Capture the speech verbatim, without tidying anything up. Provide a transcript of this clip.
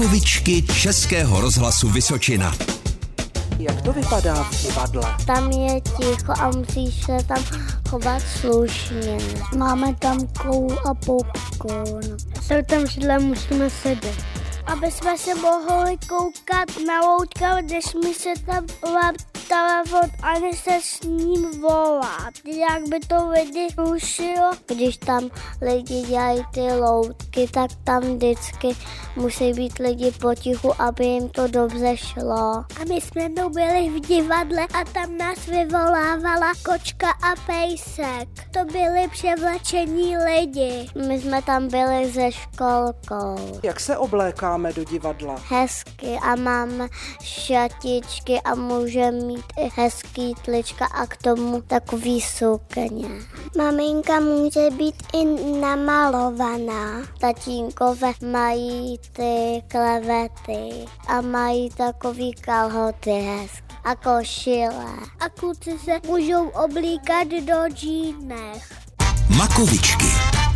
Makovičky Českého rozhlasu Vysočina. Jak to vypadá v divadle? Tam je ticho a musíš se tam chovat slušně. Máme tam koul a popcorn. Jsou tam židle, musíme sedět. Aby jsme se mohli koukat na loutka, nesmí se tam volat telefon ani se s ním volat. Jak by to lidi rušilo, když tam lidi dělají ty loutky, tak tam vždycky musí být lidi potichu, aby jim to dobře šlo. A my jsme jednou byli v divadle a tam nás vyvolávala kočka a pejsek. To byli převlečení lidi. My jsme tam byli se školkou. Jak se oblékáme do divadla? Hezky a máme šatičky a můžeme mít i hezký tlička a k tomu takový sukně. Maminka může být i namalovaná. Tatínkové mají ty klevety a mají takový kalhoty hezky a košile. A kluci se můžou oblíkat do džínech. Makovičky.